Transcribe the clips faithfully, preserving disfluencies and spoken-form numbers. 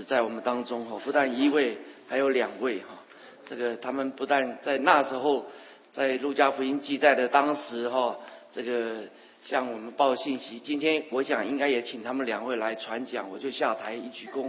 在我们当中哈，不但一位，还有两位哈。这个他们不但在那时候，在路加福音记载的当时哈，这个向我们报信息。今天我想应该也请他们两位来传讲，我就下台一鞠躬。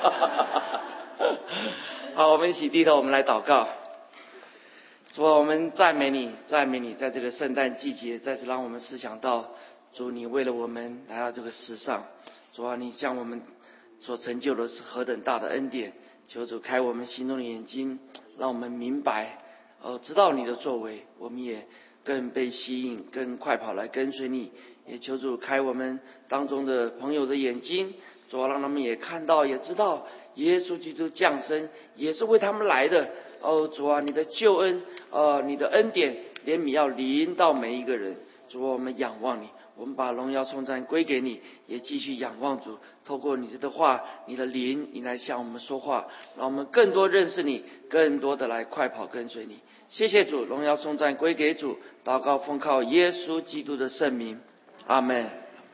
好，我们一起低头，我们来祷告。主啊，我们赞美你，赞美你，在这个圣诞季节，再次让我们思想到主，你为了我们来到这个世上。主啊，你向我们所成就的是何等大的恩典，求主开我们心中的眼睛，让我们明白，呃，知道你的作为，我们也更被吸引，更快跑来跟随你。也求主开我们当中的朋友的眼睛，主啊，让他们也看到，也知道耶稣基督降生也是为他们来的。哦，主啊，你的救恩，呃，你的恩典怜悯要临到每一个人。主啊，我们仰望你，我们把荣耀颂赞归给你，也继续仰望主，透过你的话，你的灵，你来向我们说话，让我们更多认识你，更多的来快跑跟随你。谢谢主，荣耀颂赞归给主，祷告奉靠耶稣基督的圣名，阿们。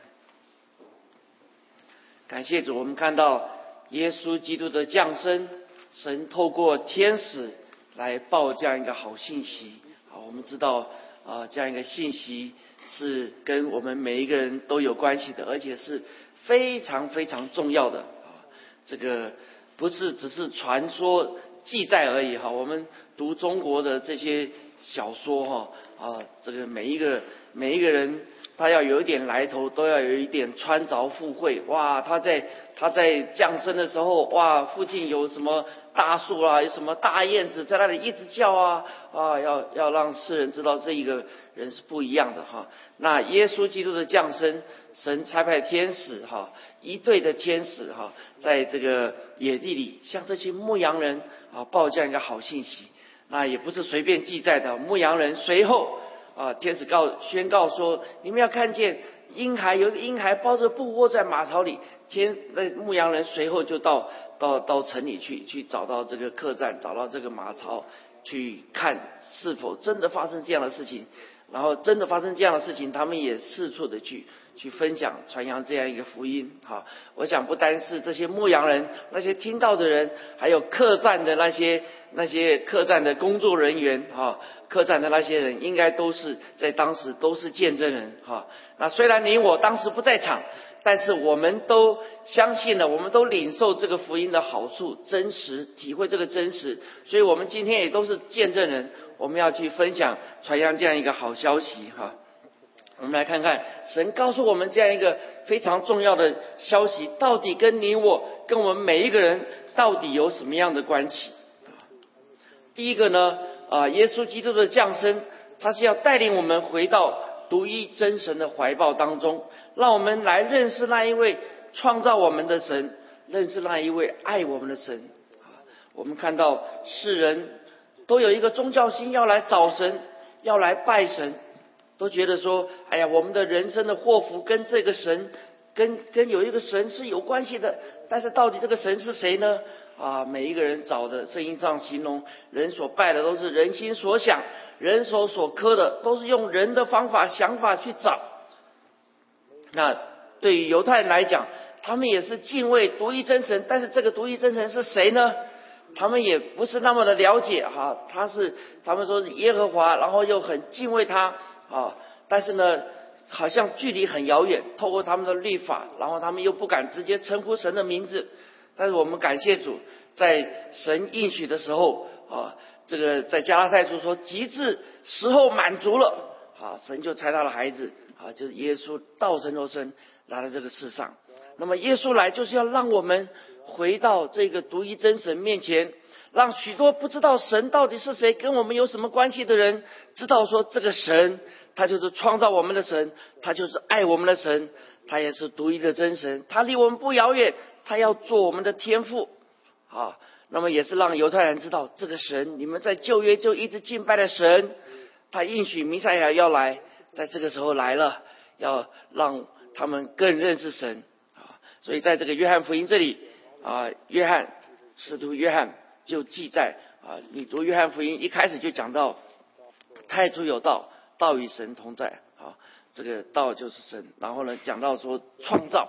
感谢主，我们看到耶稣基督的降生，神透过天使来报这样一个好信息。好，我们知道啊、呃，这样一个信息是跟我们每一个人都有关系的，而且是非常非常重要的。啊，这个不是只是传说记载而已哈。我们读中国的这些小说哈啊，这个每一个每一个人，他要有一点来头，都要有一点穿凿附会。哇，他在他在降生的时候，哇，附近有什么大树啊，有什么大燕子在那里一直叫啊啊，要要让世人知道这一个人是不一样的哈。那耶稣基督的降生，神差派天使哈，一队的天使哈，在这个野地里向这些牧羊人啊报这样一个好信息。那也不是随便记载的，牧羊人随后啊，天使告宣告说，你们要看见婴孩，有一个婴孩抱着布窝在马槽里。天那牧羊人随后就到到到城里去，去找到这个客栈，找到这个马槽，去看是否真的发生这样的事情。然后真的发生这样的事情，他们也四处的去去分享传扬这样一个福音。好，我想不单是这些牧羊人，那些听到的人，还有客栈的那些那些客栈的工作人员，哈，客栈的那些人，应该都是在当时都是见证人。哈，那虽然你我当时不在场，但是我们都相信了，我们都领受这个福音的好处，真实体会这个真实，所以我们今天也都是见证人，我们要去分享传扬这样一个好消息哈。我们来看看神告诉我们这样一个非常重要的消息，到底跟你我跟我们每一个人到底有什么样的关系。第一个呢，啊，耶稣基督的降生，他是要带领我们回到独一真神的怀抱当中，让我们来认识那一位创造我们的神，认识那一位爱我们的神。我们看到世人都有一个宗教心，要来找神，要来拜神，都觉得说，哎呀，我们的人生的祸福跟这个神，跟跟有一个神是有关系的。但是到底这个神是谁呢？啊，每一个人找的圣经上形容，人所拜的都是人心所想，人手所刻的都是用人的方法想法去找。那对于犹太人来讲，他们也是敬畏独一真神，但是这个独一真神是谁呢？他们也不是那么的了解哈，他是他们说是耶和华，然后又很敬畏他啊，但是呢，好像距离很遥远，透过他们的律法，然后他们又不敢直接称呼神的名字。但是我们感谢主，在神应许的时候啊，这个在加拉太书说，及至时候满足了啊，神就差他的孩子啊，就是耶稣道成肉身来到这个世上。那么耶稣来就是要让我们回到这个独一真神面前，让许多不知道神到底是谁，跟我们有什么关系的人，知道说这个神他就是创造我们的神，他就是爱我们的神，他也是独一的真神，他离我们不遥远，他要做我们的天父啊。那么也是让犹太人知道，这个神你们在旧约就一直敬拜的神，他应许弥赛亚要来，在这个时候来了，要让他们更认识神啊。所以在这个约翰福音这里啊，约翰使徒约翰就记载啊，你读约翰福音一开始就讲到，太初有道，道与神同在啊，这个道就是神。然后呢，讲到说创造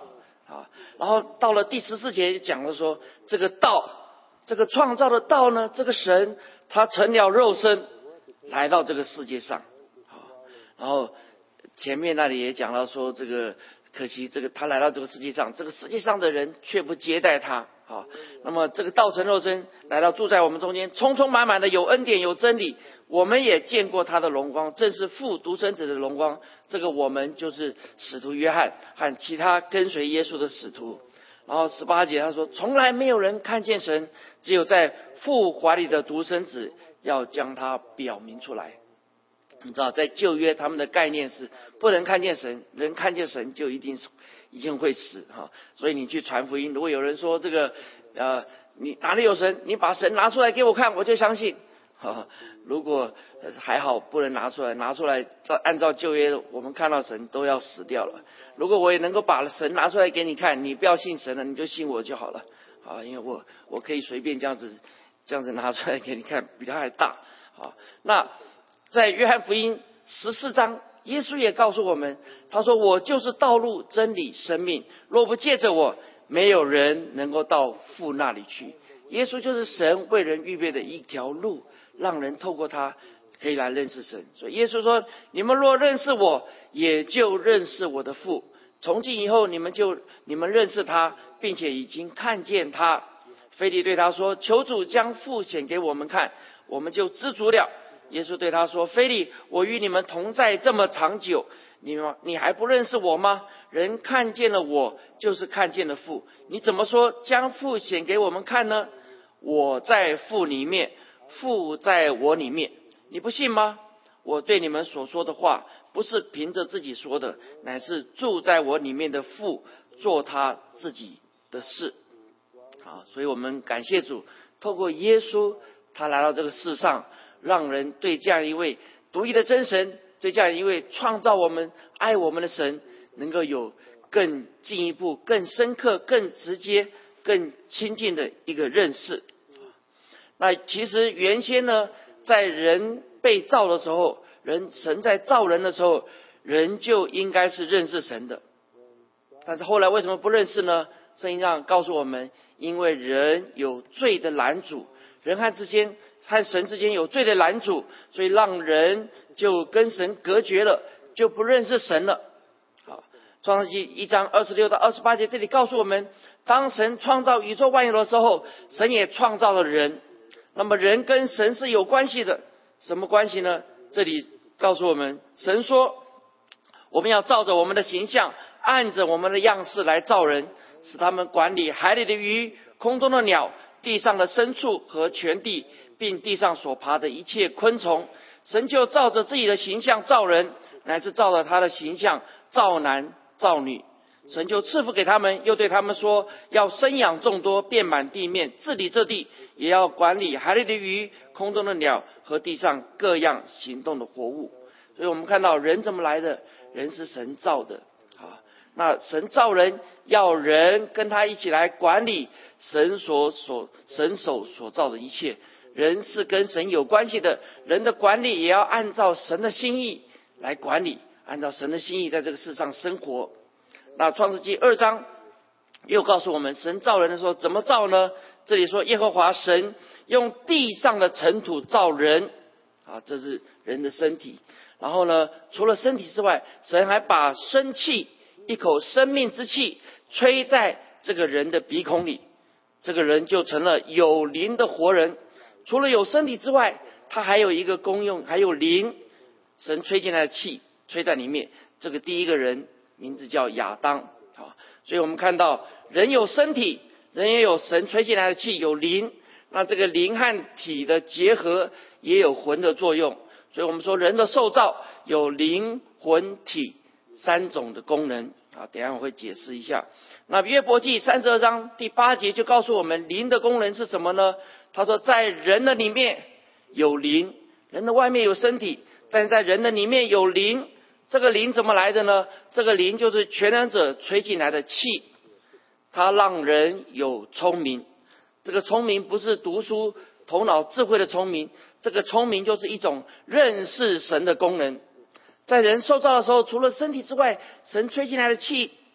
啊。然后到了第十四节就讲了说，这个道，这个创造的道呢，这个神他成了肉身来到这个世界上啊。然后前面那里也讲到说，这个可惜这个他来到这个世界上，这个世界上的人却不接待他啊。那么这个道成肉身来到住在我们中间，充充满满的有恩典有真理，我们也见过他的荣光，正是父独生子的荣光。这个我们就是使徒约翰和其他跟随耶稣的使徒。然后十八节他说，从来没有人看见神，只有在父怀里的独生子要将他表明出来。你知道在旧约他们的概念是不能看见神，人看见神就一定是一定会死哈。所以你去传福音，如果有人说这个呃你哪里有神，你把神拿出来给我看，我就相信。哈，如果还好不能拿出来，拿出来按照旧约我们看到神都要死掉了。如果我也能够把神拿出来给你看，你不要信神了，你就信我就好了啊，因为我我可以随便这样子这样子拿出来给你看，比他还大啊。那在约翰福音十四章，耶稣也告诉我们，他说，我就是道路真理生命，若不借着我，没有人能够到父那里去。耶稣就是神为人预备的一条路，让人透过他可以来认识神。所以耶稣说，你们若认识我，也就认识我的父。从今以后，你们就你们认识他，并且已经看见他。腓利对他说，求主将父显给我们看，我们就知足了。耶稣对他说，腓利，我与你们同在这么长久，你们你还不认识我吗？人看见了我，就是看见了父。你怎么说将父显给我们看呢？我在父里面，父在我里面，你不信吗？我对你们所说的话，不是凭着自己说的，乃是住在我里面的父做他自己的事。好，所以我们感谢主，透过耶稣他来到这个世上，让人对这样一位独一的真神，对这样一位创造我们爱我们的神，能够有更进一步更深刻更直接更亲近的一个认识。那其实原先呢，在人被造的时候，人神在造人的时候，人就应该是认识神的。但是后来为什么不认识呢？圣经上告诉我们，因为人有罪的拦阻，人和之间和神之间有罪的拦阻，所以让人就跟神隔绝了，就不认识神了。好，创世纪一章二十六到二十八节，这里告诉我们，当神创造宇宙万有的时候，神也创造了人。那么人跟神是有关系的，什么关系呢？这里告诉我们，神说我们要照着我们的形象，按着我们的样式来造人，使他们管理海里的鱼、空中的鸟、地上的牲畜和全地，并地上所爬的一切昆虫。神就照着自己的形象造人，乃是照着他的形象造男造女。神就赐福给他们，又对他们说，要生养众多，遍满地面，治理这地，也要管理海里的鱼、空中的鸟和地上各样行动的活物。所以我们看到人怎么来的？人是神造的啊。那神造人，要人跟他一起来管理神所所神手所造的一切。人是跟神有关系的，人的管理也要按照神的心意来管理，按照神的心意在这个世上生活。那创世纪二章又告诉我们，神造人的时候怎么造呢？这里说，耶和华神用地上的尘土造人啊，这是人的身体。然后呢，除了身体之外，神还把生气，一口生命之气吹在这个人的鼻孔里，这个人就成了有灵的活人。除了有身体之外，他还有一个功用，还有灵。神吹进来的气吹在里面，这个第一个人名字叫亚当啊。所以我们看到人有身体，人也有神吹进来的气，有灵。那这个灵和体的结合也有魂的作用。所以我们说人的受造有灵魂体三种的功能啊，等一下我会解释一下。那约伯记三十二章第八节就告诉我们，灵的功能是什么呢？他说，在人的里面有灵，人的外面有身体，但是在人的里面有灵。这个灵怎么来的呢？这个灵就是全能者吹进来的气，它让人有聪明。这个聪明不是读书头脑智慧的聪明，这个聪明就是一种认识神的功能。在人受造的时候，除了身体之外，神吹进来的气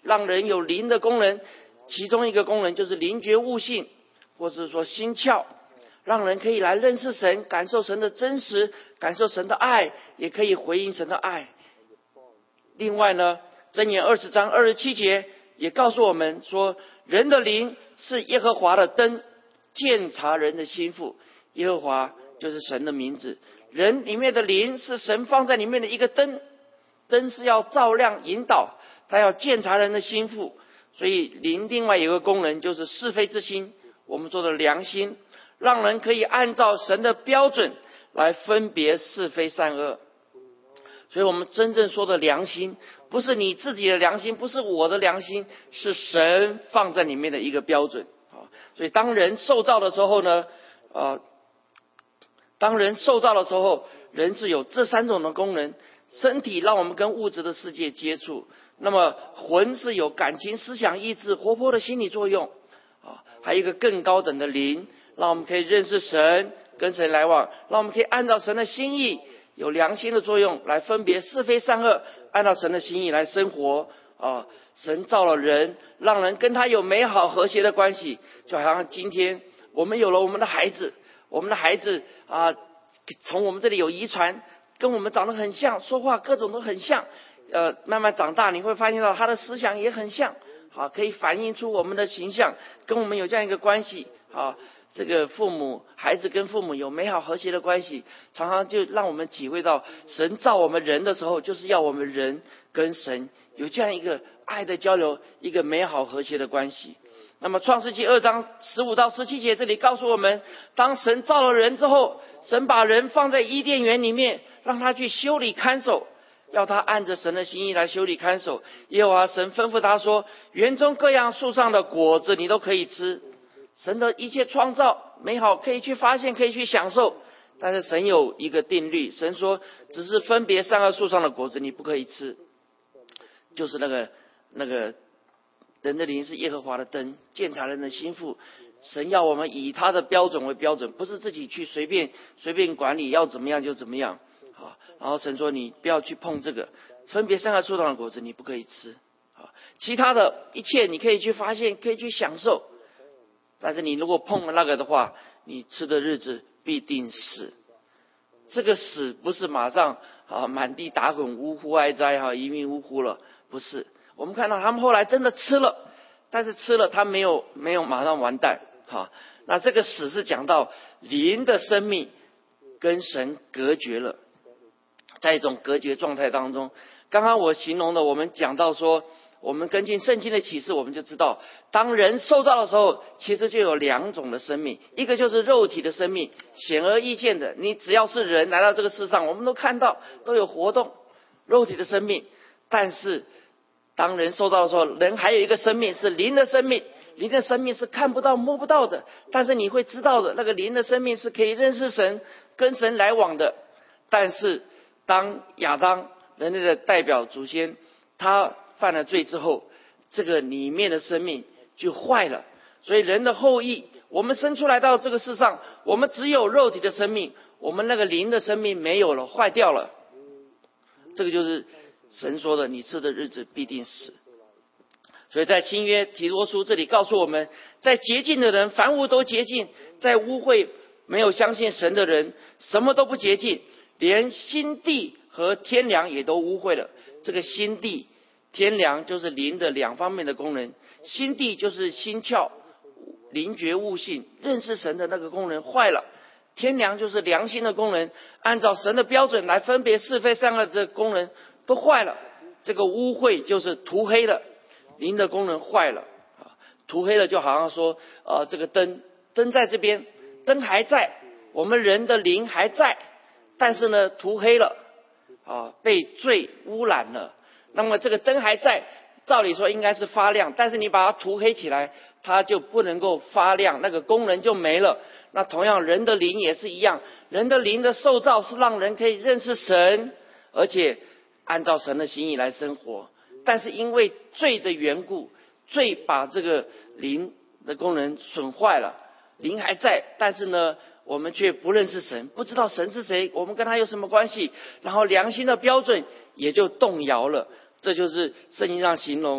让人有灵的功能，其中一个功能就是灵觉悟性，或者说心窍，让人可以来认识神，感受神的真实，感受神的爱，也可以回应神的爱。另外呢，箴言二十章二十七节也告诉我们说，人的灵是耶和华的灯，鉴察人的心腹。耶和华就是神的名字，人里面的灵是神放在里面的一个灯，灯是要照亮引导，它要鉴察人的心腹。所以灵另外有个功能就是是非之心，我们说的良心，让人可以按照神的标准来分别是非善恶。所以我们真正说的良心，不是你自己的良心，不是我的良心，是神放在里面的一个标准。所以当人受造的时候呢，呃，当人受造的时候，人是有这三种的功能。身体让我们跟物质的世界接触，那么魂是有感情、思想、意志、活泼的心理作用啊，还有一个更高等的灵，让我们可以认识神，跟神来往，让我们可以按照神的心意，有良心的作用来分别是非善恶，按照神的心意来生活啊。神造了人，让人跟他有美好和谐的关系，就好像今天我们有了我们的孩子，我们的孩子啊，从我们这里有遗传，跟我们长得很像，说话各种都很像，呃，慢慢长大你会发现到他的思想也很像，好，可以反映出我们的形象，跟我们有这样一个关系啊。这个父母孩子跟父母有美好和谐的关系，常常就让我们体会到神造我们人的时候，就是要我们人跟神有这样一个爱的交流，一个美好和谐的关系。那么创世纪二章十五到十七节这里告诉我们，当神造了人之后，神把人放在伊甸园里面，让他去修理看守，要他按着神的心意来修理看守。耶和华神吩咐他说，园中各样树上的果子你都可以吃。神的一切创造美好，可以去发现，可以去享受，但是神有一个定律，神说只是分别善恶树上的果子你不可以吃，就是那个那个人的灵是耶和华的灯，鉴察人的心腹。神要我们以他的标准为标准，不是自己去随便随便管理，要怎么样就怎么样。好，然后神说你不要去碰这个分别善恶树上的果子你不可以吃，好，其他的一切你可以去发现，可以去享受，但是你如果碰了那个的话，你吃的日子必定死。这个死不是马上啊满地打滚呜呼哀哉哈一命呜呼了，不是。我们看到他们后来真的吃了，但是吃了他没有没有马上完蛋哈。那这个死是讲到灵的生命跟神隔绝了，在一种隔绝状态当中。刚刚我形容的，我们讲到说，我们根据圣经的启示，我们就知道，当人受造的时候，其实就有两种的生命，一个就是肉体的生命，显而易见的，你只要是人来到这个世上，我们都看到都有活动，肉体的生命。但是当人受造的时候，人还有一个生命是灵的生命，灵的生命是看不到摸不到的，但是你会知道的，那个灵的生命是可以认识神，跟神来往的。但是当亚当人类的代表祖先他犯了罪之后，这个里面的生命就坏了。所以人的后裔，我们生出来到这个世上，我们只有肉体的生命，我们那个灵的生命没有了，坏掉了。这个就是神说的，你吃的日子必定死。所以在新约提多书这里告诉我们，在洁净的人凡物都洁净，在污秽没有相信神的人什么都不洁净，连心地和天良也都污秽了。这个心地天良就是灵的两方面的功能，心地就是心窍灵觉悟性认识神的那个功能坏了，天良就是良心的功能，按照神的标准来分别是非善恶的功能都坏了。这个污秽就是涂黑了，灵的功能坏了，涂黑了就好像说呃，这个灯灯在这边，灯还在，我们人的灵还在，但是呢涂黑了啊，被罪污染了。那么这个灯还在，照理说应该是发亮，但是你把它涂黑起来，它就不能够发亮，那个功能就没了。那同样人的灵也是一样，人的灵的受造是让人可以认识神，而且按照神的心意来生活。但是因为罪的缘故，罪把这个灵的功能损坏了，灵还在，但是呢我们却不认识神，不知道神是谁，我们跟他有什么关系，然后良心的标准也就动摇了。这就是圣经上形容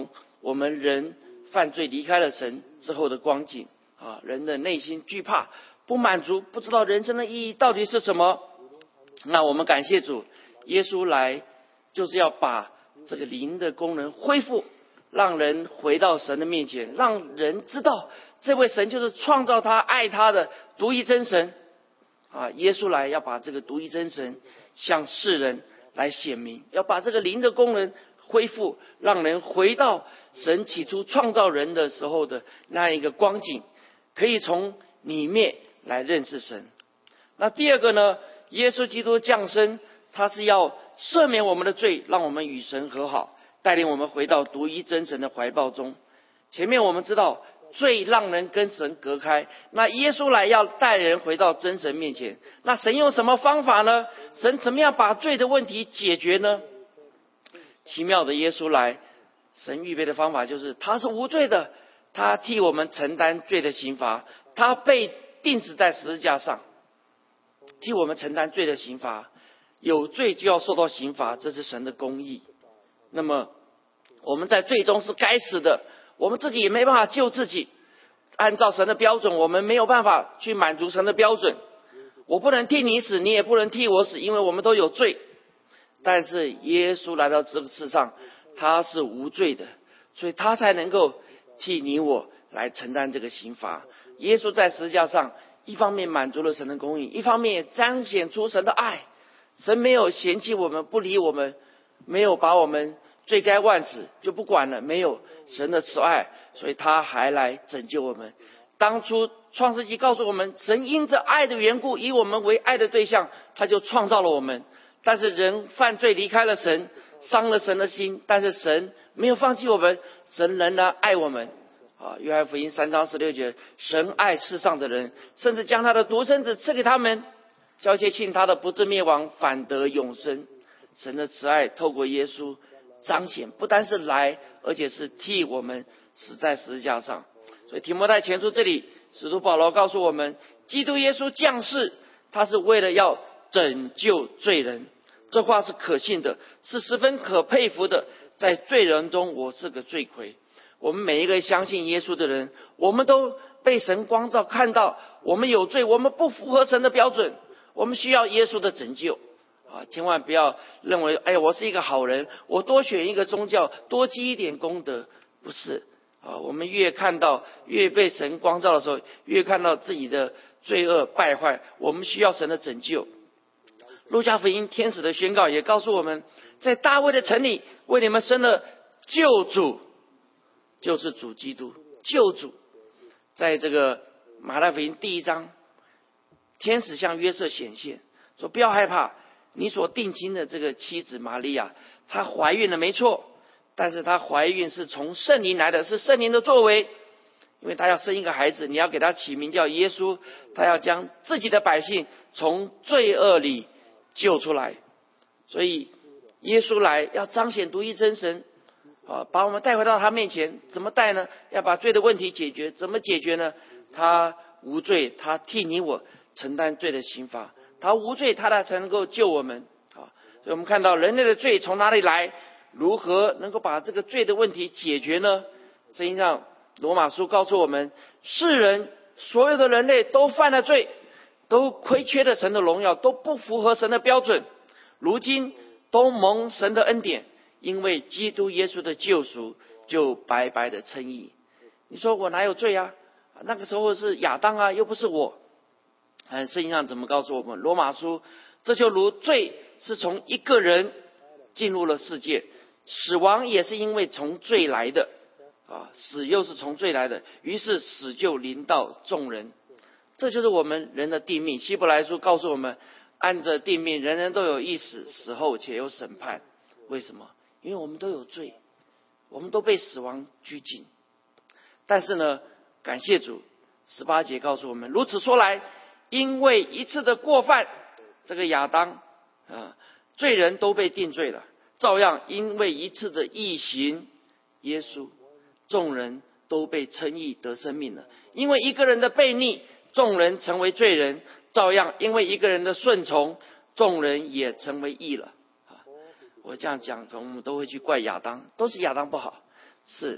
我们人犯罪离开了神之后的光景啊，人的内心惧怕、不满足，不知道人生的意义到底是什么。那我们感谢主，耶稣来就是要把这个灵的功能恢复，让人回到神的面前，让人知道这位神就是创造他、爱他的独一真神啊！耶稣来要把这个独一真神向世人来显明，要把这个灵的功能恢复，让人回到神起初创造人的时候的那一个光景，可以从里面来认识神。那第二个呢，耶稣基督降生，他是要赦免我们的罪，让我们与神和好，带领我们回到独一真神的怀抱中。前面我们知道罪让人跟神隔开，那耶稣来要带人回到真神面前。那神用什么方法呢？神怎么样把罪的问题解决呢？奇妙的耶稣来，神预备的方法就是他是无罪的，他替我们承担罪的刑罚，他被钉死在十字架上，替我们承担罪的刑罚。有罪就要受到刑罚，这是神的公义。那么我们在罪中是该死的，我们自己也没办法救自己，按照神的标准，我们没有办法去满足神的标准。我不能替你死，你也不能替我死，因为我们都有罪。但是耶稣来到这个世上，他是无罪的，所以他才能够替你我来承担这个刑罚。耶稣在十字架上，一方面满足了神的公义，一方面也彰显出神的爱。神没有嫌弃我们，不理我们，没有把我们罪该万死就不管了，没有神的慈爱，所以他还来拯救我们。当初创世纪告诉我们，神因着爱的缘故，以我们为爱的对象，他就创造了我们。但是人犯罪离开了神，伤了神的心，但是神没有放弃我们，神仍然爱我们啊。约翰福音三章十六节，神爱世上的人，甚至将他的独生子赐给他们，叫一切信他的不至灭亡，反得永生。神的慈爱透过耶稣彰显，不单是来，而且是替我们死在十字架上。所以提摩太前书这里，使徒保罗告诉我们，基督耶稣降世，他是为了要拯救罪人。这话是可信的，是十分可佩服的。在罪人中，我是个罪魁。我们每一个相信耶稣的人，我们都被神光照，看到我们有罪，我们不符合神的标准，我们需要耶稣的拯救啊！千万不要认为，哎，我是一个好人，我多选一个宗教，多积一点功德，不是啊！我们越看到，越被神光照的时候，越看到自己的罪恶败坏，我们需要神的拯救。路加福音天使的宣告也告诉我们，在大卫的城里为你们生了救主，就是主基督。救主在这个马太福音第一章，天使向约瑟显现，说不要害怕，你所定亲的这个妻子玛利亚，她怀孕了没错，但是她怀孕是从圣灵来的，是圣灵的作为，因为她要生一个孩子，你要给她起名叫耶稣，她要将自己的百姓从罪恶里救出来。所以耶稣来要彰显独一真神啊，把我们带回到他面前。怎么带呢？要把罪的问题解决。怎么解决呢？他无罪，他替你我承担罪的刑罚，他无罪，他才能够救我们啊。所以我们看到人类的罪从哪里来，如何能够把这个罪的问题解决呢？圣经上罗马书告诉我们，世人所有的人类都犯了罪，都亏缺了神的荣耀，都不符合神的标准，如今都蒙神的恩典，因为基督耶稣的救赎，就白白的称义。你说我哪有罪啊？那个时候是亚当啊，又不是我。嗯，圣经上怎么告诉我们？罗马书，这就如罪是从一个人进入了世界，死亡也是因为从罪来的啊，死又是从罪来的，于是死就临到众人。这就是我们人的定命。希伯来书告诉我们，按着定命，人人都有一死，死后且有审判。为什么？因为我们都有罪，我们都被死亡拘禁。但是呢，感谢主，十八节告诉我们，如此说来，因为一次的过犯，这个亚当啊，罪人都被定罪了，照样因为一次的义行，耶稣，众人都被称义得生命了。因为一个人的悖逆，众人成为罪人，照样因为一个人的顺从，众人也成为义了。我这样讲，可能我们都会去怪亚当，都是亚当不好。是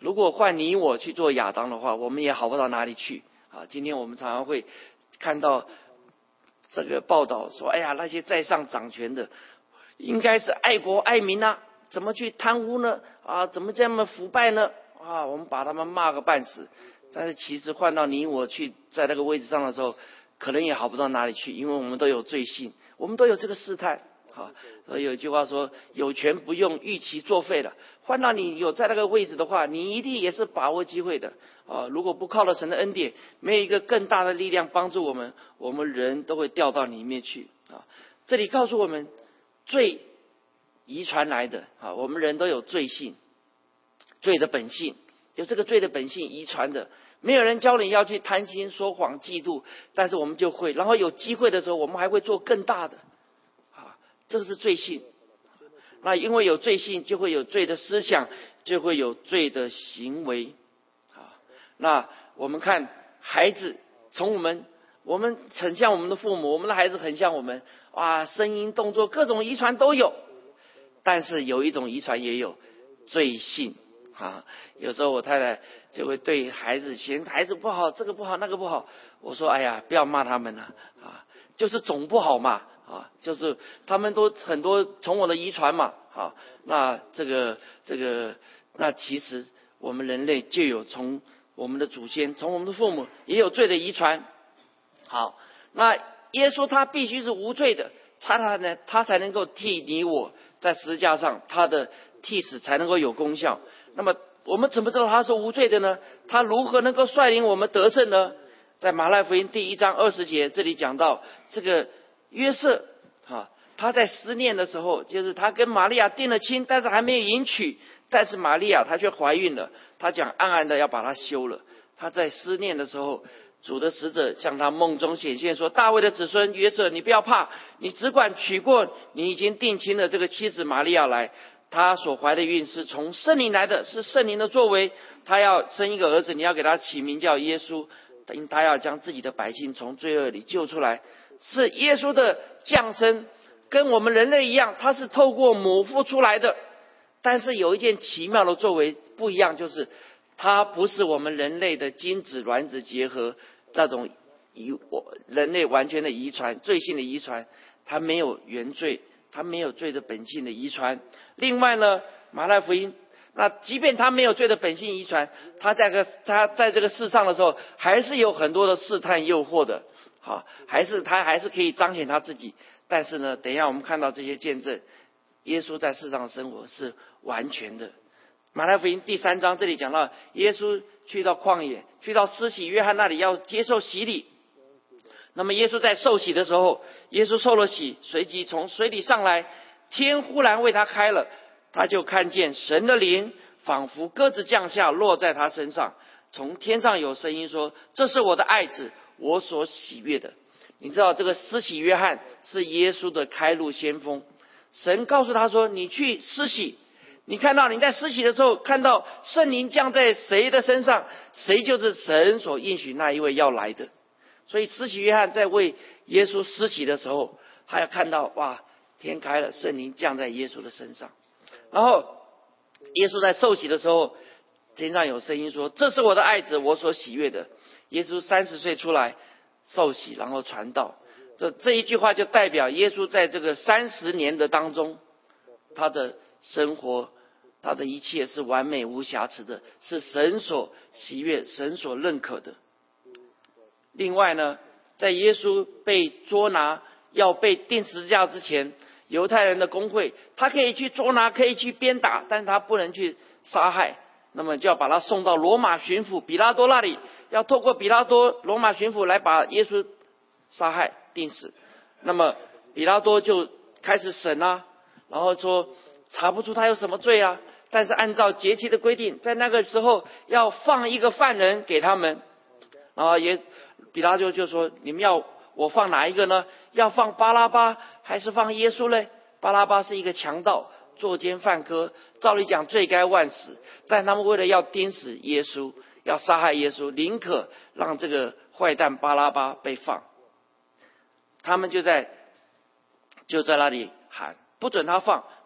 如果换你我去做亚当的话，我们也好不到哪里去啊。今天我们常常会看到这个报道说，哎呀，那些在上掌权的应该是爱国爱民啊，怎么去贪污呢？啊，怎么这么腐败呢？啊，我们把他们骂个半死。但是其实换到你我去在那个位置上的时候，可能也好不到哪里去，因为我们都有罪性，我们都有这个试探。好，所以有一句话说，有权不用，欲其作废了。换到你有在那个位置的话，你一定也是把握机会的啊！如果不靠了神的恩典，没有一个更大的力量帮助我们，我们人都会掉到里面去啊！这里告诉我们，罪遗传来的啊，我们人都有罪性，罪的本性，有这个罪的本性遗传的。没有人教你要去贪心、说谎、嫉妒，但是我们就会，然后有机会的时候，我们还会做更大的。这个是罪性，那因为有罪性，就会有罪的思想，就会有罪的行为。啊，那我们看孩子，从我们我们很像我们的父母，我们的孩子很像我们，哇，声音、动作，各种遗传都有。但是有一种遗传也有罪性啊。有时候我太太就会对孩子嫌孩子不好，这个不好，那个不好。我说，哎呀，不要骂他们了啊，就是总不好嘛。啊，就是他们都很多从我的遗传嘛，啊，那这个这个，那其实我们人类就有从我们的祖先，从我们的父母也有罪的遗传。好，那耶稣他必须是无罪的，他他呢，他才能够替你我在十字架上，他的替死才能够有功效。那么我们怎么知道他是无罪的呢？他如何能够率领我们得胜呢？在马太福音第一章二十节，这里讲到这个约瑟啊，他在思念的时候，就是他跟玛利亚定了亲，但是还没有迎娶，但是玛利亚她却怀孕了，他讲暗暗的要把她休了。他在思念的时候，主的使者向他梦中显现说，大卫的子孙约瑟，你不要怕，你只管娶过你已经定亲的这个妻子玛利亚来，他所怀的孕是从圣灵来的，是圣灵的作为，他要生一个儿子，你要给他起名叫耶稣，因为他要将自己的百姓从罪恶里救出来。是耶稣的降生跟我们人类一样，他是透过母腹出来的，但是有一件奇妙的作为不一样，就是他不是我们人类的精子卵子结合那种遗人类完全的遗传，罪性的遗传，他没有原罪，他没有罪的本性的遗传。另外呢，马太福音，那即便他没有罪的本性遗传，他在个他在这个世上的时候，还是有很多的试探诱惑的。好，还是他还是可以彰显他自己。但是呢，等一下我们看到这些见证，耶稣在世上的生活是完全的。马太福音第三章这里讲到，耶稣去到旷野，去到施洗约翰那里要接受洗礼。那么耶稣在受洗的时候，耶稣受了洗，随即从水里上来，天忽然为他开了，他就看见神的灵仿佛鸽子降下，落在他身上。从天上有声音说，这是我的爱子，我所喜悦的。你知道这个施洗约翰是耶稣的开路先锋，神告诉他说，你去施洗，你看到你在施洗的时候，看到圣灵降在谁的身上，谁就是神所应许那一位要来的。所以施洗约翰在为耶稣施洗的时候，他要看到哇，天开了，圣灵降在耶稣的身上。然后耶稣在受洗的时候，天上有声音说，这是我的爱子，我所喜悦的。耶稣三十岁出来受洗，然后传道，这这一句话就代表耶稣在这个三十年的当中，他的生活，他的一切是完美无瑕疵的，是神所喜悦、神所认可的。另外呢，在耶稣被捉拿要被钉十字架之前，犹太人的公会，他可以去捉拿，可以去鞭打，但是他不能去杀害，那么就要把他送到罗马巡抚比拉多那里，要透过比拉多罗马巡抚来把耶稣杀害钉死。那么比拉多就开始审啊，然后说查不出他有什么罪啊，但是按照节期的规定，在那个时候要放一个犯人给他们，然后也比拉多就说，你们要我放哪一个呢？要放巴拉巴还是放耶稣呢？巴拉巴是一个强盗，作奸犯科，照理讲罪该万死，但他们为了要钉死耶稣，要杀害耶稣，宁可让这个坏蛋巴拉巴被放。他们就在就在那里喊，不准他放，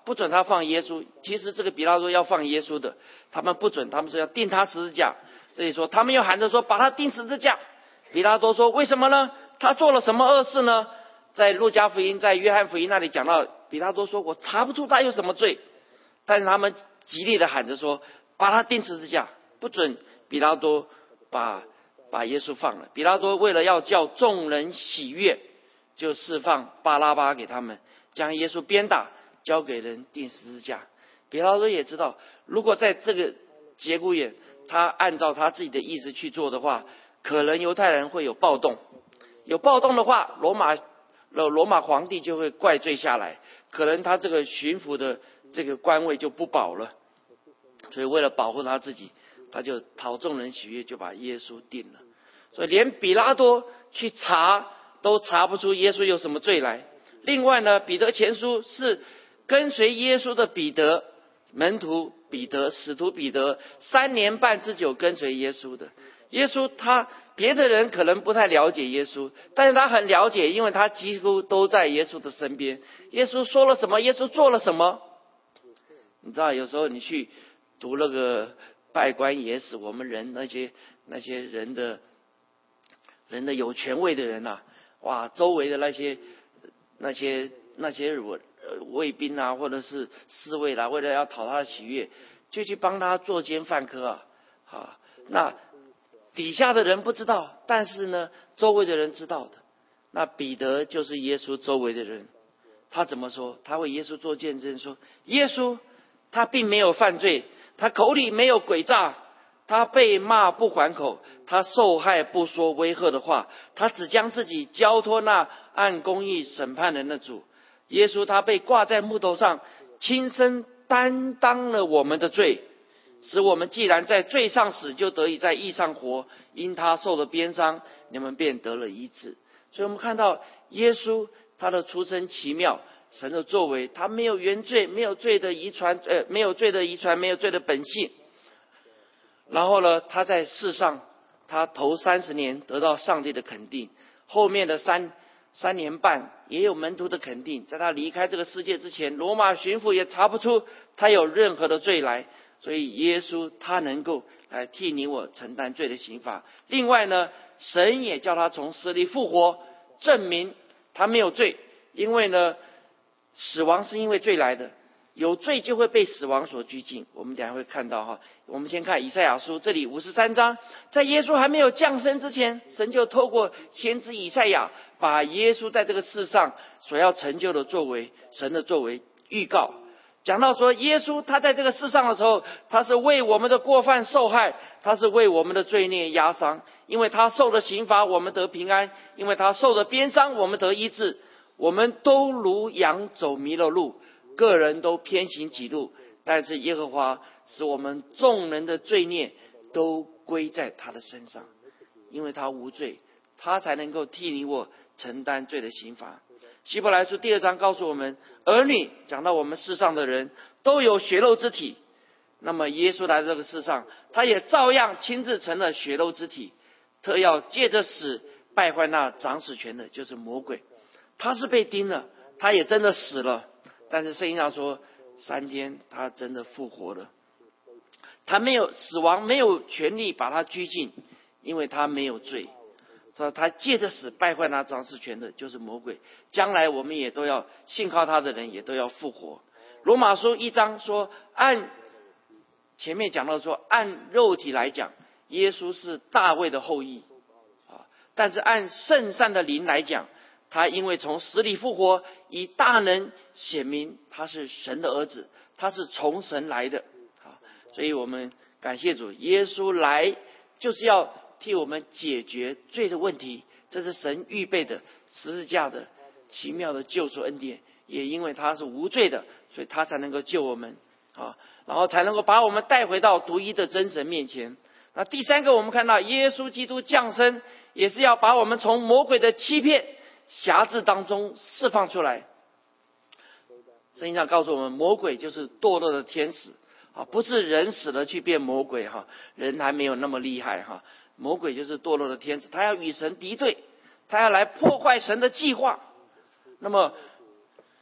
不准他放耶稣。其实这个比拉多要放耶稣的，他们不准，他们说要钉他十字架。这里说他们又喊着说把他钉十字架。比拉多说为什么呢？他做了什么恶事呢？在路加福音在约翰福音那里讲到，比拉多说我查不出他有什么罪，但是他们极力的喊着说把他钉十字架，不准比拉多把把耶稣放了。比拉多为了要叫众人喜悦，就释放巴拉巴给他们，将耶稣鞭打，交给人钉十字架。比拉多也知道，如果在这个节骨眼他按照他自己的意思去做的话，可能犹太人会有暴动，有暴动的话，罗马罗马皇帝就会怪罪下来，可能他这个巡抚的这个官位就不保了。所以为了保护他自己，他就讨众人喜悦，就把耶稣定了。所以连比拉多去查都查不出耶稣有什么罪来。另外呢，彼得前书是跟随耶稣的彼得，门徒彼得，使徒彼得三年半之久跟随耶稣的。耶稣他别的人可能不太了解耶稣，但是他很了解，因为他几乎都在耶稣的身边。耶稣说了什么，耶稣做了什么。你知道有时候你去读那个拜官野史，我们人那些那些人的人的有权位的人啊，哇，周围的那些那些那些卫兵啊，或者是侍卫啦、啊，为了要讨他的喜悦，就去帮他作奸犯科啊，啊，那底下的人不知道，但是呢，周围的人知道的。那彼得就是耶稣周围的人，他怎么说？他为耶稣做见证说，耶稣他并没有犯罪，他口里没有诡诈，他被骂不还口，他受害不说威吓的话，他只将自己交托那按公义审判人的主。耶稣他被挂在木头上，亲身担当了我们的罪，使我们既然在罪上死，就得以在义上活。因他受了鞭伤，你们便得了医治。所以我们看到耶稣他的出生奇妙，神的作为，他没有原罪，没有罪的遗传，呃，没有罪的遗传，没有罪的本性。然后呢，他在世上，他头三十年得到上帝的肯定，后面的三三年半也有门徒的肯定。在他离开这个世界之前，罗马巡抚也查不出他有任何的罪来。所以耶稣他能够来替你我承担罪的刑罚。另外呢，神也叫他从死里复活，证明他没有罪。因为呢，死亡是因为罪来的，有罪就会被死亡所拘禁。我们等一下会看到哈。我们先看以赛亚书这里五十三章，在耶稣还没有降生之前，神就透过先知以赛亚，把耶稣在这个世上所要成就的作为，神的作为预告。讲到说耶稣他在这个世上的时候，他是为我们的过犯受害，他是为我们的罪孽压伤。因为他受的刑罚我们得平安，因为他受的鞭伤我们得医治。我们都如羊走迷了路，个人都偏行己路，但是耶和华使我们众人的罪孽都归在他的身上。因为他无罪，他才能够替你我承担罪的刑罚。希伯来书第二章告诉我们，儿女讲到我们世上的人都有血肉之体，那么耶稣来到这个世上，他也照样亲自成了血肉之体，特要借着死败坏那掌死权的，就是魔鬼。他是被钉了，他也真的死了，但是圣经上说三天他真的复活了。他没有死亡，没有权利把他拘禁，因为他没有罪。说他借着死败坏那掌事权的，就是魔鬼。将来我们也都要信靠他的人也都要复活。罗马书一章说，按前面讲到说，按肉体来讲，耶稣是大卫的后裔啊，但是按圣善的灵来讲，他因为从死里复活，以大能显明他是神的儿子，他是从神来的啊。所以我们感谢主，耶稣来就是要替我们解决罪的问题，这是神预备的十字架的奇妙的救赎恩典。也因为他是无罪的，所以他才能够救我们啊，然后才能够把我们带回到独一的真神面前。那第三个，我们看到耶稣基督降生，也是要把我们从魔鬼的欺骗辖制当中释放出来。圣经上告诉我们，魔鬼就是堕落的天使啊，不是人死了去变魔鬼哈，人还没有那么厉害哈。魔鬼就是堕落的天使，他要与神敌对，他要来破坏神的计划。那么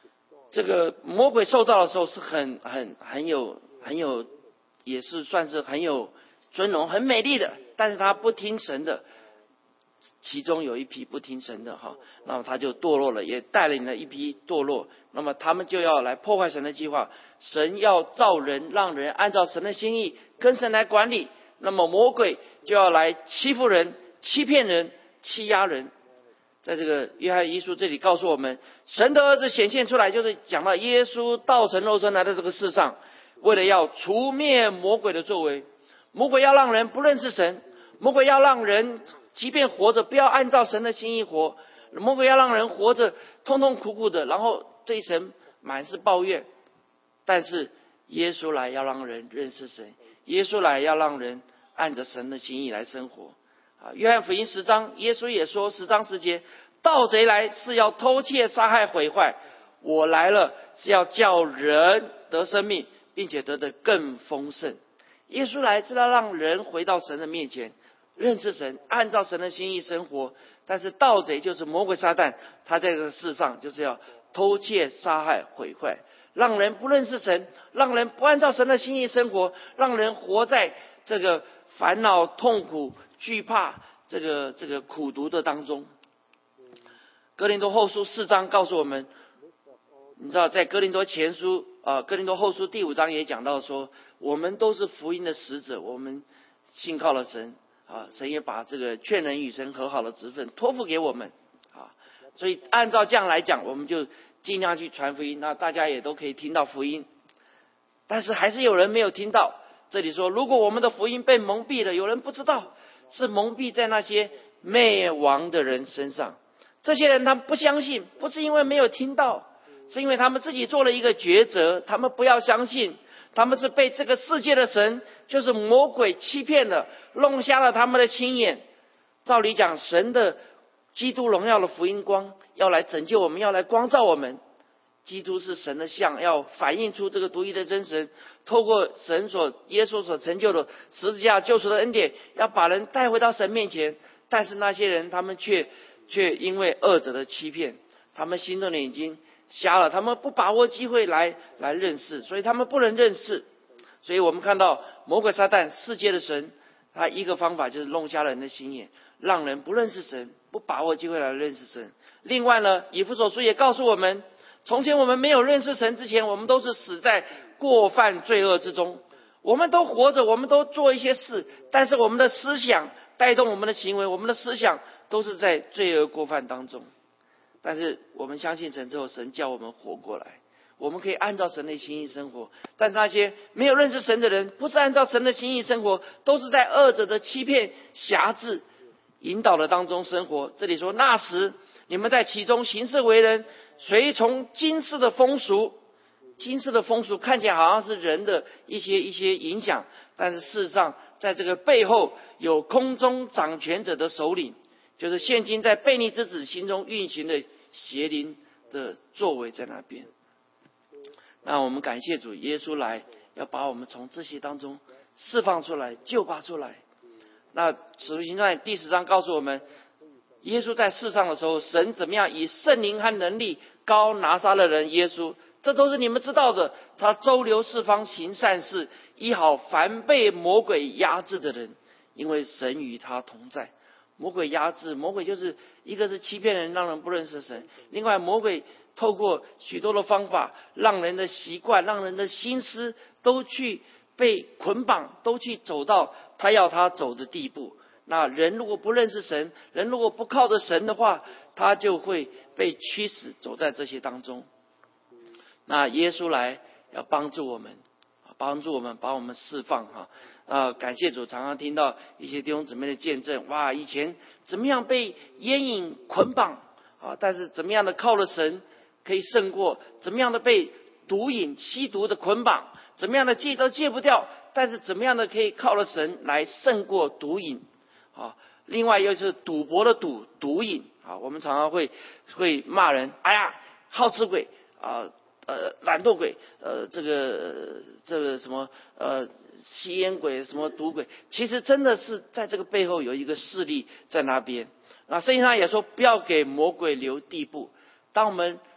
这个魔鬼受造的时候是很很很有很有，也是算是很有尊荣、很美丽的，但是他不听神的，其中有一批不听神的哈，那么他就堕落了，也带领了一批堕落，那么他们就要来破坏神的计划。神要造人，让人按照神的心意跟神来管理，那么魔鬼就要来欺负人、欺骗人、欺压人。在这个约翰一书这里告诉我们，神的儿子显现出来，就是讲到耶稣道成肉身来到这个世上，为了要除灭魔鬼的作为。魔鬼要让人不认识神，魔鬼要让人即便活着不要按照神的心意活，魔鬼要让人活着痛痛苦苦的，然后对神满是抱怨。但是耶稣来要让人认识神，耶稣来要让人按着神的心意来生活。啊，约翰福音十章，耶稣也说十章十节，盗贼来是要偷窃、杀害、毁坏，我来了是要叫人得生命，并且得得更丰盛。耶稣来是要让人回到神的面前，认识神，按照神的心意生活。但是盗贼就是魔鬼撒旦，他在这个世上就是要偷窃、杀害、毁坏，让人不认识神，让人不按照神的心意生活，让人活在这个烦恼、痛苦、惧怕、这个这个苦毒的当中。哥林多后书四章告诉我们，你知道在哥林多前书呃哥林多后书第五章也讲到说，我们都是福音的使者，我们信靠了神啊，神也把这个劝人与神和好的职分托付给我们啊，所以按照这样来讲，我们就尽量去传福音，那大家也都可以听到福音。但是还是有人没有听到。这里说，如果我们的福音被蒙蔽了，有人不知道，是蒙蔽在那些灭亡的人身上。这些人他们不相信，不是因为没有听到，是因为他们自己做了一个抉择，他们不要相信，他们是被这个世界的神，就是魔鬼欺骗了，弄瞎了他们的心眼。照理讲，神的基督荣耀的福音光要来拯救我们，要来光照我们。基督是神的像，要反映出这个独一的真神，透过神所耶稣所成就的十字架救赎的恩典，要把人带回到神面前。但是那些人他们却却因为恶者的欺骗，他们心中的眼睛瞎了，他们不把握机会来来认识，所以他们不能认识。所以我们看到魔鬼撒旦世界的神，他一个方法就是弄瞎人的心眼，让人不认识神，不把握机会来认识神。另外呢，以弗所书也告诉我们，从前我们没有认识神之前，我们都是死在过犯罪恶之中，我们都活着，我们都做一些事，但是我们的思想带动我们的行为，我们的思想都是在罪恶过犯当中。但是我们相信神之后，神叫我们活过来，我们可以按照神的心意生活。但那些没有认识神的人，不是按照神的心意生活，都是在恶者的欺骗、辖制、引导的当中生活。这里说，那时你们在其中行事为人，随从今世的风俗。今世的风俗看起来好像是人的一些一些影响，但是事实上在这个背后有空中掌权者的首领，就是现今在悖逆之子心中运行的邪灵的作为在那边。那我们感谢主，耶稣来要把我们从这些当中释放出来，救拔出来。那使徒行传第十章告诉我们，耶稣在世上的时候，神怎么样以圣灵和能力膏拿撒勒人耶稣，这都是你们知道的。他周流四方行善事，医好凡被魔鬼压制的人，因为神与他同在。魔鬼压制，魔鬼就是一个是欺骗人，让人不认识神；另外魔鬼透过许多的方法，让人的习惯、让人的心思都去被捆绑，都去走到他要他走的地步。那人如果不认识神，人如果不靠着神的话，他就会被驱使走在这些当中。那耶稣来要帮助我们，帮助我们把我们释放哈啊！感谢主，常常听到一些弟兄姊妹的见证，哇，以前怎么样被烟瘾捆绑啊，但是怎么样的靠了神可以胜过，怎么样的被毒瘾吸毒的捆绑，怎么样的戒都戒不掉，但是怎么样的可以靠了神来胜过毒瘾啊！另外又是赌博的赌毒瘾啊，我们常常会会骂人，哎呀，好吃鬼啊！呃，懒惰鬼，呃，这个这个什么呃，吸烟鬼，什么赌鬼，其实真的是在这个背后有一个势力在那边。那圣经上也说，不要给魔鬼留地步。当我们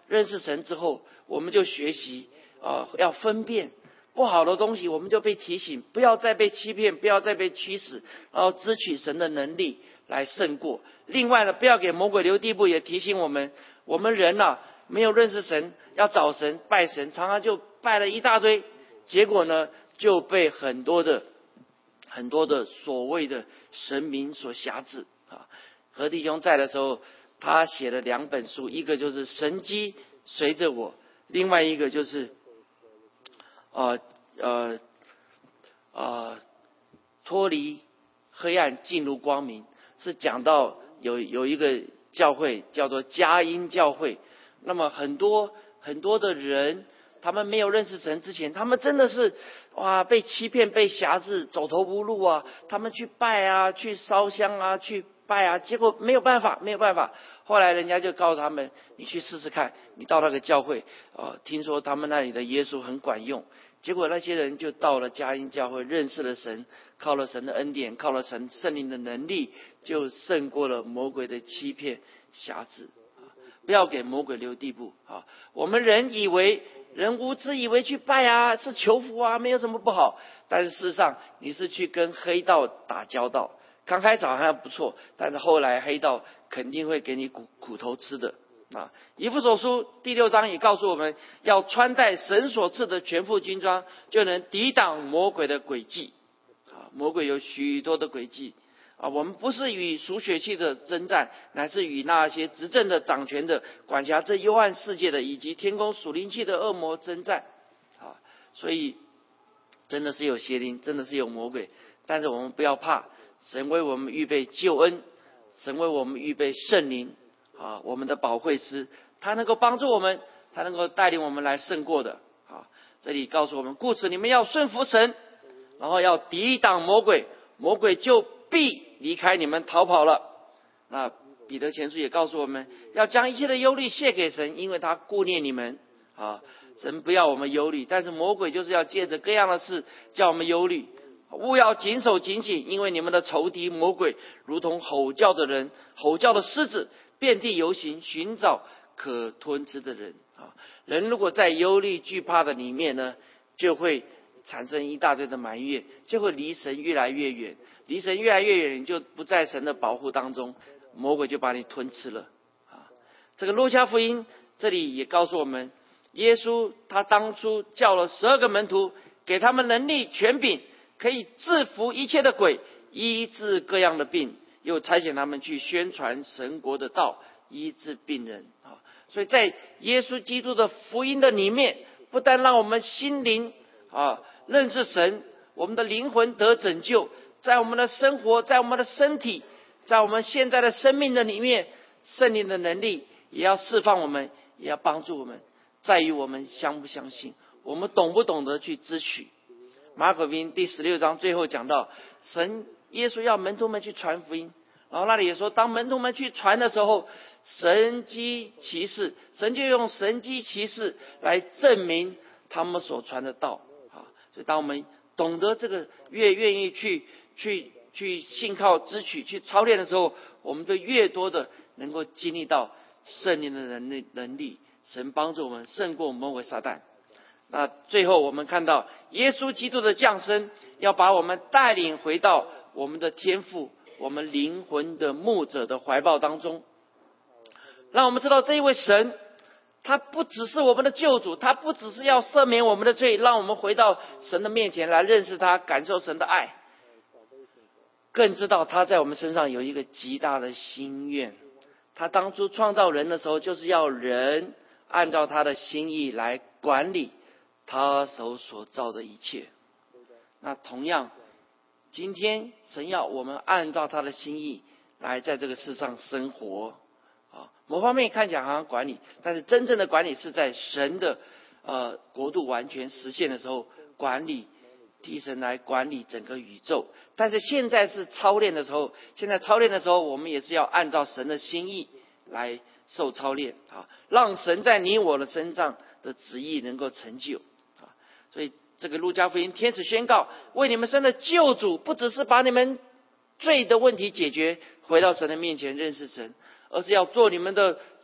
认识神之后，我们就学习啊、呃，要分辨不好的东西，我们就被提醒，不要再被欺骗，不要再被驱使，然后支取神的能力来胜过。另外呢，不要给魔鬼留地步，也提醒我们，我们人啊没有认识神，要找神拜神，常常就拜了一大堆，结果呢就被很多的很多的所谓的神明所辖制啊。何弟兄在的时候，他写了两本书，一个就是神迹随着我，另外一个就是呃呃呃脱离黑暗进入光明，是讲到有有一个教会叫做佳音教会。那么很多很多的人，他们没有认识神之前，他们真的是哇被欺骗被辖制，走投无路啊，他们去拜啊，去烧香啊，去拜啊，结果没有办法没有办法。后来人家就告诉他们，你去试试看，你到那个教会呃，听说他们那里的耶稣很管用。结果那些人就到了佳音教会，认识了神，靠了神的恩典，靠了神圣灵的能力，就胜过了魔鬼的欺骗辖制。不要给魔鬼留地步啊！我们人以为人无知，以为去拜啊是求福啊，没有什么不好。但是事实上，你是去跟黑道打交道。刚开始好像不错，但是后来黑道肯定会给你苦苦头吃的啊！以弗所书第六章也告诉我们，要穿戴神所赐的全副军装，就能抵挡魔鬼的诡计啊！魔鬼有许多的诡计。啊，我们不是与属血气的征战，乃是与那些执政的、掌权的、管辖这幽暗世界的，以及天空属灵气的恶魔征战。啊，所以真的是有邪灵，真的是有魔鬼，但是我们不要怕，神为我们预备救恩，神为我们预备圣灵啊，我们的保惠师，他能够帮助我们，他能够带领我们来胜过的。啊，这里告诉我们，故此你们要顺服神，然后要抵挡魔鬼，魔鬼就必离开你们逃跑了。那彼得前书也告诉我们，要将一切的忧虑卸给神，因为他顾念你们啊。神不要我们忧虑，但是魔鬼就是要借着各样的事叫我们忧虑。务要谨守警醒，因为你们的仇敌魔鬼如同吼叫的人，吼叫的狮子，遍地游行，寻找可吞吃的人啊。人如果在忧虑惧怕的里面呢，就会产生一大堆的埋怨，就会离神越来越远，离神越来越远，你就不在神的保护当中，魔鬼就把你吞吃了啊！这个路加福音这里也告诉我们，耶稣他当初叫了十二个门徒，给他们能力权柄，可以制服一切的鬼，医治各样的病，又差遣他们去宣传神国的道，医治病人啊！所以在耶稣基督的福音的里面，不但让我们心灵啊认识神，我们的灵魂得拯救，在我们的生活，在我们的身体，在我们现在的生命的里面，圣灵的能力也要释放我们，也要帮助我们，在于我们相不相信，我们懂不懂得去支取。马可福音第十六章最后讲到，神耶稣要门徒们去传福音，然后那里也说，当门徒们去传的时候，神迹奇事，神就用神迹奇事来证明他们所传的道啊。所以当我们懂得这个，越愿意去去去信靠支取，去操练的时候，我们就越多的能够经历到圣灵的能力能力，神帮助我们胜过魔鬼撒旦。那最后我们看到耶稣基督的降生，要把我们带领回到我们的天父，我们灵魂的牧者的怀抱当中，让我们知道这一位神，他不只是我们的救主，他不只是要赦免我们的罪，让我们回到神的面前来认识他，感受神的爱，更知道他在我们身上有一个极大的心愿。他当初创造人的时候，就是要人按照他的心意来管理他手所造的一切。那同样，今天神要我们按照他的心意来在这个世上生活啊。某方面看起来好像管理，但是真正的管理是在神的呃国度完全实现的时候管理，替神来管理整个宇宙。但是现在是操练的时候，现在操练的时候，我们也是要按照神的心意来受操练啊，让神在你我的身上的旨意能够成就啊。所以这个路加福音天使宣告，为你们生的救主，不只是把你们罪的问题解决，回到神的面前认识神，而是要做你们的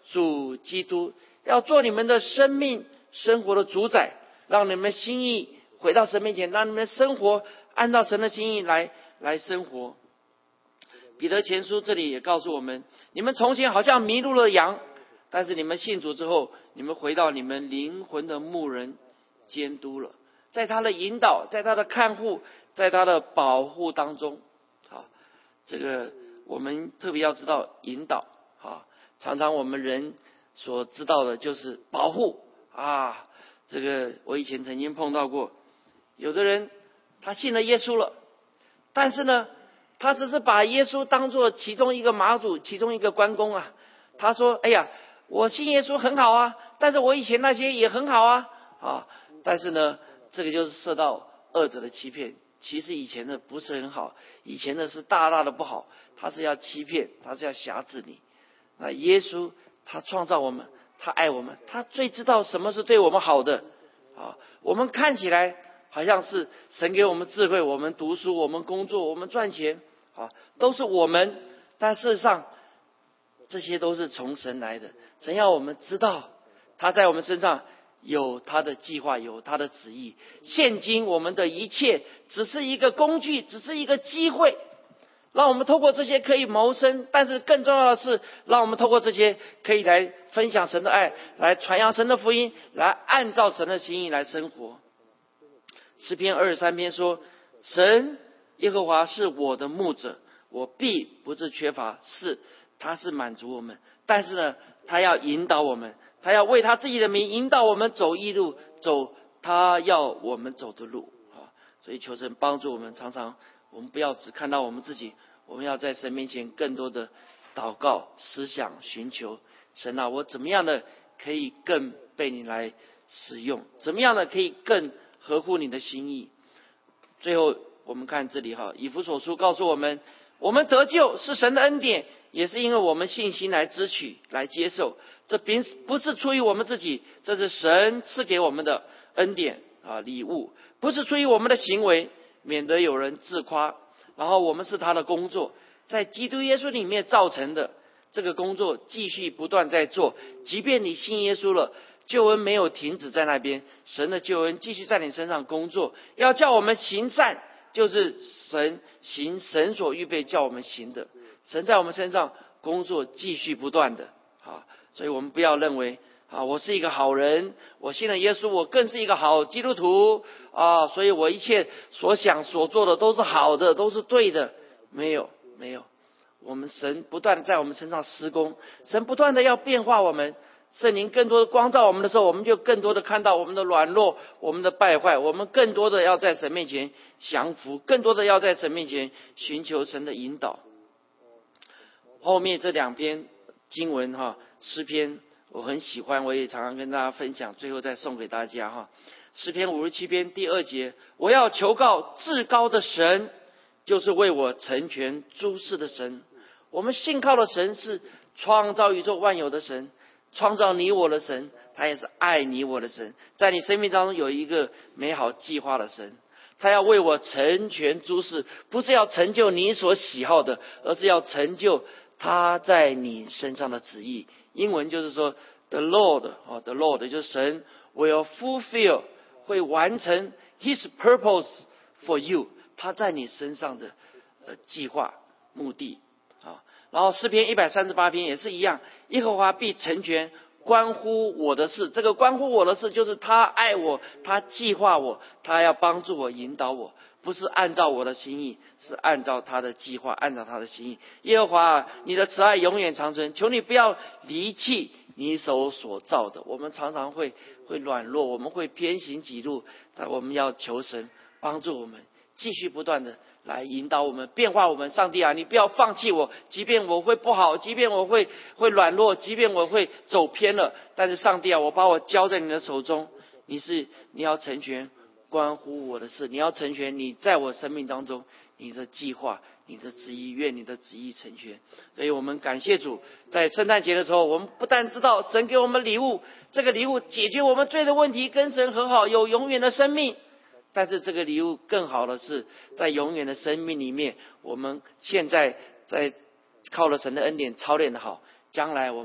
主基督，要做你们的生命生活的主宰，让你们心意回到神面前，让你们的生活按照神的心意来来生活。彼得前书这里也告诉我们，你们从前好像迷路了羊，但是你们信主之后，你们回到你们灵魂的牧人监督了，在他的引导，在他的看护，在他的保护当中。好，这个我们特别要知道引导。好，常常我们人所知道的就是保护啊。这个我以前曾经碰到过，有的人他信了耶稣了，但是呢，他只是把耶稣当作其中一个马祖，其中一个关公啊。他说：“哎呀，我信耶稣很好啊，但是我以前那些也很好啊啊。”但是呢，这个就是受到恶者的欺骗。其实以前的不是很好，以前的是大大的不好，他是要欺骗，他是要辖制你。那耶稣他创造我们，他爱我们，他最知道什么是对我们好的啊。我们看起来好像是神给我们智慧，我们读书，我们工作，我们赚钱啊，都是我们，但事实上这些都是从神来的。神要我们知道他在我们身上有他的计划，有他的旨意。现今我们的一切只是一个工具，只是一个机会，让我们透过这些可以谋生，但是更重要的是让我们透过这些可以来分享神的爱，来传扬神的福音，来按照神的心意来生活。诗篇二十三篇说，神耶和华是我的牧者，我必不致缺乏，是他是满足我们，但是呢，他要引导我们，他要为他自己的名引导我们走义路，走他要我们走的路啊！所以求神帮助我们，常常我们不要只看到我们自己，我们要在神面前更多的祷告、思想、寻求神啊，我怎么样的可以更被你来使用？怎么样的可以更合乎你的心意？最后我们看这里哈，以弗所书告诉我们，我们得救是神的恩典，也是因为我们信心来支取、来接受。这并不是出于我们自己，这是神赐给我们的恩典啊，礼物，不是出于我们的行为，免得有人自夸。然后我们是他的工作，在基督耶稣里面造成的，这个工作继续不断在做。即便你信耶稣了，救恩没有停止在那边，神的救恩继续在你身上工作，要叫我们行善，就是神行神所预备叫我们行的。神在我们身上工作继续不断的啊，所以我们不要认为啊，我是一个好人，我信了耶稣，我更是一个好基督徒啊，所以我一切所想所做的都是好的，都是对的。没有，没有，我们神不断在我们身上施工，神不断的要变化我们。圣灵更多的光照我们的时候，我们就更多的看到我们的软弱，我们的败坏，我们更多的要在神面前降服，更多的要在神面前寻求神的引导。后面这两篇经文哈，诗篇我很喜欢，我也常常跟大家分享，最后再送给大家哈。诗篇五十七篇第二节，我要求告至高的神，就是为我成全诸事的神。我们信靠的神是创造宇宙万有的神，创造你我的神，他也是爱你我的神，在你生命当中有一个美好计划的神。他要为我成全诸事，不是要成就你所喜好的，而是要成就他在你身上的旨意。英文就是说 The Lord、哦、The Lord 就是神 will fulfill 会完成 His purpose for you， 他在你身上的、呃、计划目的、哦、然后诗篇一百三十八篇也是一样，耶和华必成全关乎我的事。这个关乎我的事就是他爱我，他计划我，他要帮助我，引导我，不是按照我的心意，是按照他的计划，按照他的心意。耶和华，你的慈爱永远长存，求你不要离弃你手所造的。我们常常会会软弱，我们会偏行己路，但我们要求神帮助我们，继续不断的来引导我们，变化我们。上帝啊，你不要放弃我，即便我会不好，即便我会会软弱，即便我会走偏了，但是上帝啊，我把我交在你的手中，你是你要成全关乎我的事，你要成全你在我生命当中你的计划，你的旨意，愿你的旨意成全。所以我们感谢主，在圣诞节的时候，我们不但知道神给我们礼物，这个礼物解决我们罪的问题，跟神和好，有永远的生命。但是这个礼物更好的是，在永远的生命里面，我们现在在靠了神的恩典操练的好，将来我们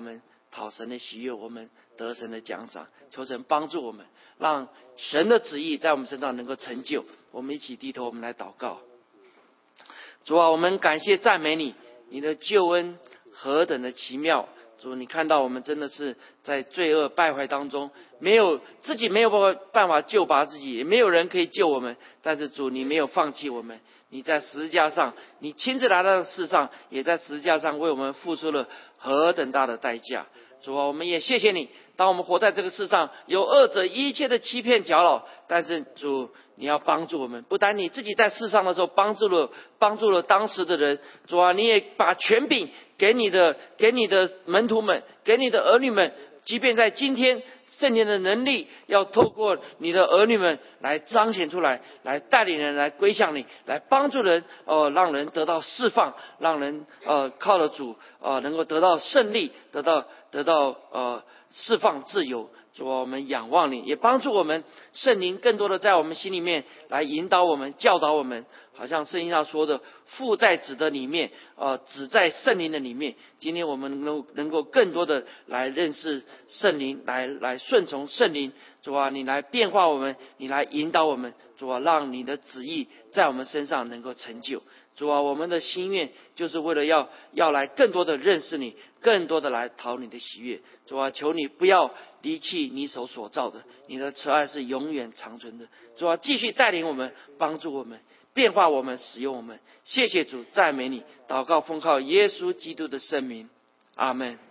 讨神的喜悦，我们得神的奖赏。求神帮助我们，让神的旨意在我们身上能够成就。我们一起低头，我们来祷告。主啊，我们感谢赞美你，你的救恩何等的奇妙。主，你看到我们真的是在罪恶败坏当中，没有自己没有办法救拔自己，也没有人可以救我们。但是主，你没有放弃我们，你在十字架上，你亲自来到世上，也在十字架上为我们付出了何等大的代价。主啊，我们也谢谢你，当我们活在这个世上，有恶者一切的欺骗搅扰，但是主，你要帮助我们。不但你自己在世上的时候帮助了帮助了当时的人，主啊，你也把权柄给你的给你的门徒们，给你的儿女们。即便在今天，圣灵的能力要透过你的儿女们来彰显出来，来带领人来归向你，来帮助人，呃，让人得到释放，让人呃靠了主，呃，能够得到胜利，得到得到呃释放自由。主啊，我们仰望你，也帮助我们圣灵更多的在我们心里面来引导我们，教导我们。好像圣经上说的，父在子的里面，呃，子在圣灵的里面。今天我们能能够更多的来认识圣灵，来来顺从圣灵。主啊，你来变化我们，你来引导我们。主啊，让你的旨意在我们身上能够成就。主啊，我们的心愿就是为了要要来更多的认识你，更多的来讨你的喜悦。主啊，求你不要离弃你手所造的，你的慈爱是永远长存的。主啊，继续带领我们，帮助我们，变化我们，使用我们。谢谢主，赞美你。祷告奉靠耶稣基督的圣名，阿们。